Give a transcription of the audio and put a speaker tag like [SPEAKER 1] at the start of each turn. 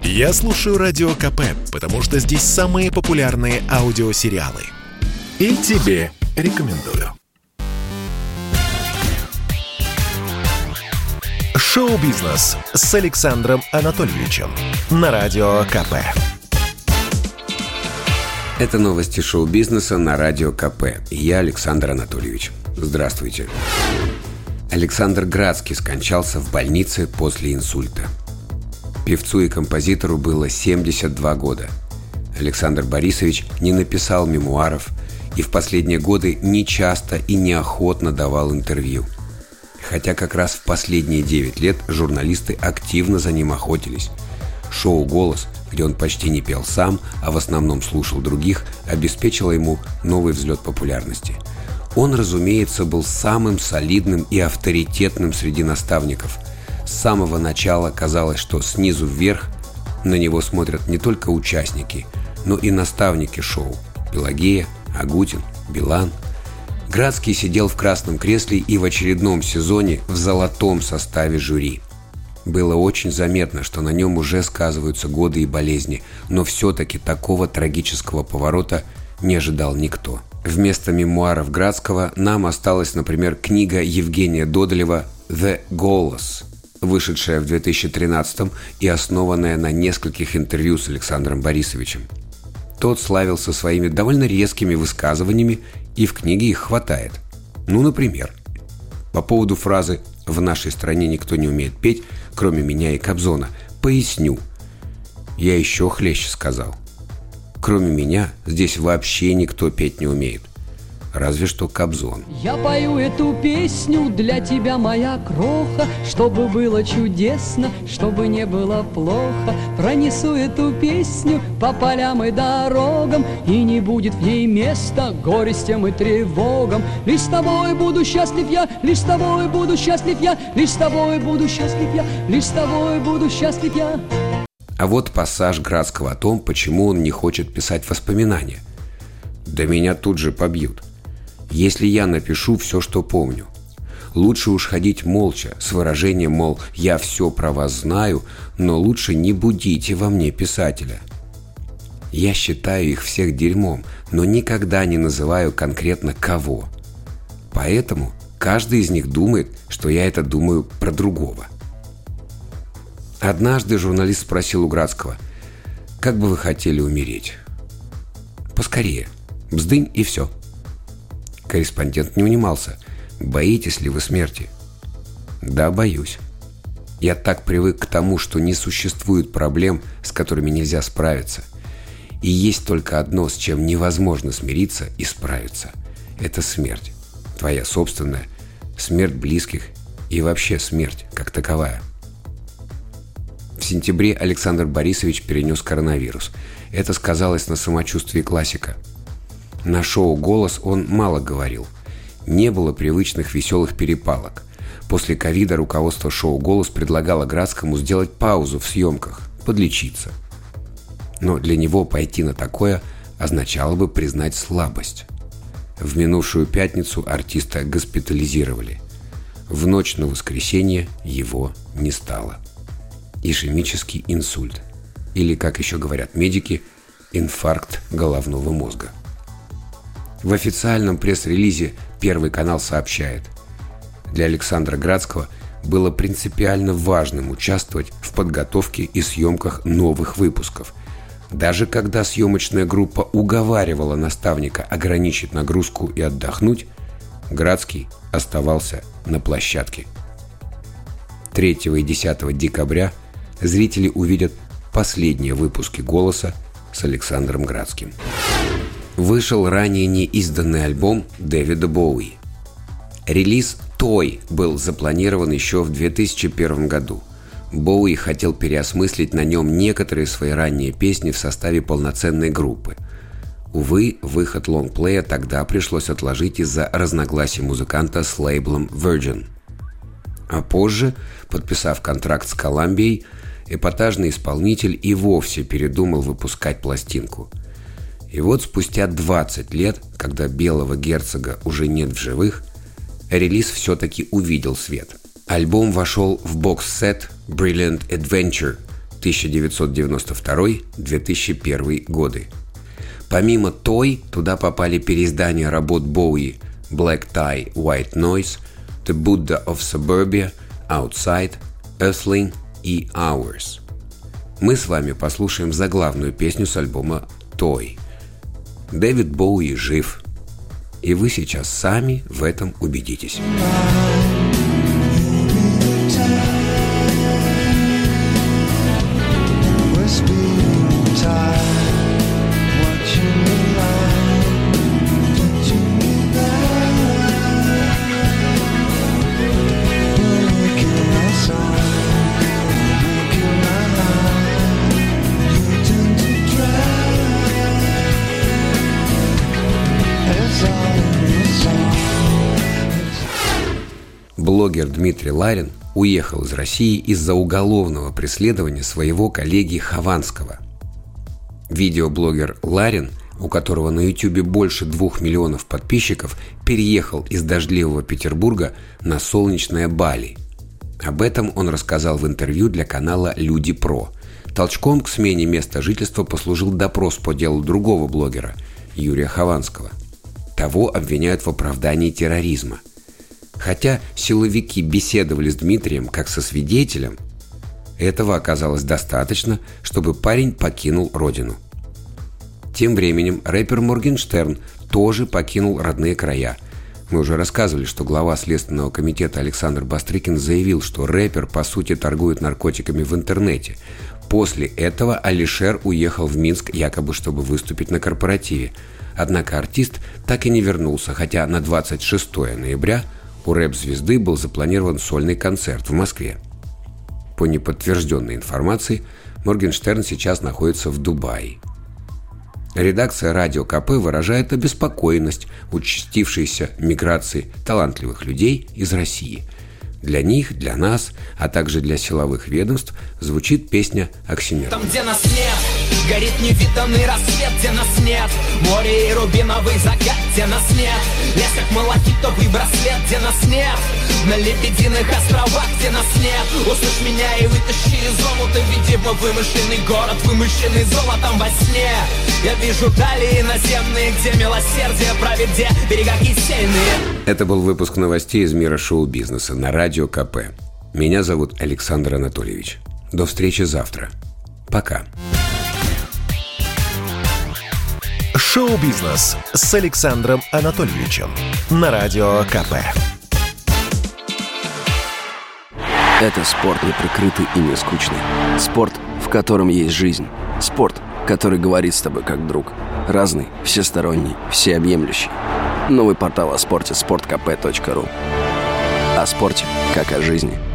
[SPEAKER 1] Я слушаю Радио КП, потому что здесь самые популярные аудиосериалы. И тебе рекомендую. Шоу-бизнес с Александром Анатольевичем на Радио КП.
[SPEAKER 2] Это новости шоу-бизнеса на Радио КП. Я Александр Анатольевич. Здравствуйте. Александр Градский скончался в больнице после инсульта. Певцу и композитору было 72 года. Александр Борисович не написал мемуаров и в последние годы нечасто и неохотно давал интервью. Хотя как раз в последние 9 лет журналисты активно за ним охотились. Шоу «Голос», где он почти не пел сам, а в основном слушал других, обеспечило ему новый взлет популярности. Он, разумеется, был самым солидным и авторитетным среди наставников. С самого начала казалось, что снизу вверх на него смотрят не только участники, но и наставники шоу – Пелагея, Агутин, Билан. Градский сидел в красном кресле и в очередном сезоне в золотом составе жюри. Было очень заметно, что на нем уже сказываются годы и болезни, но все-таки такого трагического поворота не ожидал никто. Вместо мемуаров Градского нам осталась, например, книга Евгения Додолева «The Голос», вышедшая в 2013-м и основанная на нескольких интервью с Александром Борисовичем. Тот славился своими довольно резкими высказываниями, и в книге их хватает. Ну, например, по поводу фразы «В нашей стране никто не умеет петь, кроме меня и Кобзона», поясню. Я еще хлеще сказал. Кроме меня здесь вообще никто петь не умеет. Разве что Кобзон.
[SPEAKER 3] Я пою эту песню для тебя, моя кроха, чтобы было чудесно, чтобы не было плохо. Пронесу эту песню по полям и дорогам, и не будет в ней места горестям и тревогам. Лишь с тобой буду счастлив я, лишь с тобой буду счастлив я, лишь с тобой буду счастлив я, лишь с тобой буду счастлив я.
[SPEAKER 2] А вот пассаж Градского о том, почему он не хочет писать воспоминания. Да меня тут же побьют. Если я напишу все, что помню. Лучше уж ходить молча, с выражением, мол, я все про вас знаю, но лучше не будите во мне писателя. Я считаю их всех дерьмом, но никогда не называю конкретно кого. Поэтому каждый из них думает, что я это думаю про другого. Однажды журналист спросил у Градского: «Как бы вы хотели умереть?» «Поскорее. Бздынь и все». Корреспондент не унимался. «Боитесь ли вы смерти?» «Да, боюсь. Я так привык к тому, что не существует проблем, с которыми нельзя справиться. И есть только одно, с чем невозможно смириться и справиться. Это смерть. Твоя собственная, смерть близких и вообще смерть как таковая». В сентябре Александр Борисович перенес коронавирус. Это сказалось на самочувствии классика. На шоу «Голос» он мало говорил. Не было привычных веселых перепалок. После ковида руководство шоу «Голос» предлагало Градскому сделать паузу в съемках, подлечиться. Но для него пойти на такое означало бы признать слабость. В минувшую пятницу артиста госпитализировали. В ночь на воскресенье его не стало. Ишемический инсульт. Или, как еще говорят медики, инфаркт головного мозга. В официальном пресс-релизе Первый канал сообщает: для Александра Градского было принципиально важным участвовать в подготовке и съемках новых выпусков. Даже когда съемочная группа уговаривала наставника ограничить нагрузку и отдохнуть, Градский оставался на площадке. 3 и 10 декабря зрители увидят последние выпуски «Голоса» с Александром Градским. Вышел ранее неизданный альбом Дэвида Боуи. Релиз «Той» был запланирован еще в 2001 году. Боуи хотел переосмыслить на нем некоторые свои ранние песни в составе полноценной группы. Увы, выход лонгплея тогда пришлось отложить из-за разногласий музыканта с лейблом Virgin. А позже, подписав контракт с Колумбией, эпатажный исполнитель и вовсе передумал выпускать пластинку. И вот спустя 20 лет, когда белого герцога уже нет в живых, релиз все-таки увидел свет. Альбом вошел в бокс-сет Brilliant Adventure 1992-2001 годы. Помимо «Той» туда попали переиздания работ Боуи «Black Tie, White Noise», «The Buddha of Suburbia», «Outside», «Earthling» и «Hours». Мы с вами послушаем заглавную песню с альбома «Той». Дэвид Боуи жив, и вы сейчас сами в этом убедитесь. Блогер Дмитрий Ларин уехал из России из-за уголовного преследования своего коллеги Хованского. Видеоблогер Ларин, у которого на YouTube больше 2 миллионов подписчиков, переехал из дождливого Петербурга на солнечное Бали. Об этом он рассказал в интервью для канала «Люди Про». Толчком к смене места жительства послужил допрос по делу другого блогера, Юрия Хованского. Того обвиняют в оправдании терроризма. Хотя силовики беседовали с Дмитрием как со свидетелем, этого оказалось достаточно, чтобы парень покинул родину. Тем временем рэпер Моргенштерн тоже покинул родные края. Мы уже рассказывали, что глава Следственного комитета Александр Бастрыкин заявил, что рэпер по сути торгует наркотиками в интернете. После этого Алишер уехал в Минск якобы чтобы выступить на корпоративе. Однако артист так и не вернулся, хотя на 26 ноября у рэп-звезды был запланирован сольный концерт в Москве. По неподтвержденной информации, Моргенштерн сейчас находится в Дубае. Редакция «Радио КП» выражает обеспокоенность участившейся миграции талантливых людей из России. Для них, для нас, а также для силовых ведомств звучит песня «Оксимирон».
[SPEAKER 4] Там, где нас нет, горит невиданный рассвет, где нас нет, море и рубиновый закат, где нас нет, лес как малахитовый браслет, где нас нет, на лебединых островах, где нас нет. Услышь меня и вытащи из омута, видимо, вымышленный город, вымышленный золотом во сне. Я вижу дали наземные, где милосердие правит, где берега кисельные.
[SPEAKER 2] Это был выпуск новостей из мира шоу-бизнеса на Радио КП. Меня зовут Александр Анатольевич. До встречи завтра. Пока.
[SPEAKER 1] Шоу-бизнес с Александром Анатольевичем на Радио КП.
[SPEAKER 5] Это спорт неприкрытый и не скучный. Спорт, в котором есть жизнь. Спорт, который говорит с тобой как друг. Разный, всесторонний, всеобъемлющий. Новый портал о спорте – sportkp.ru. О спорте, как о жизни.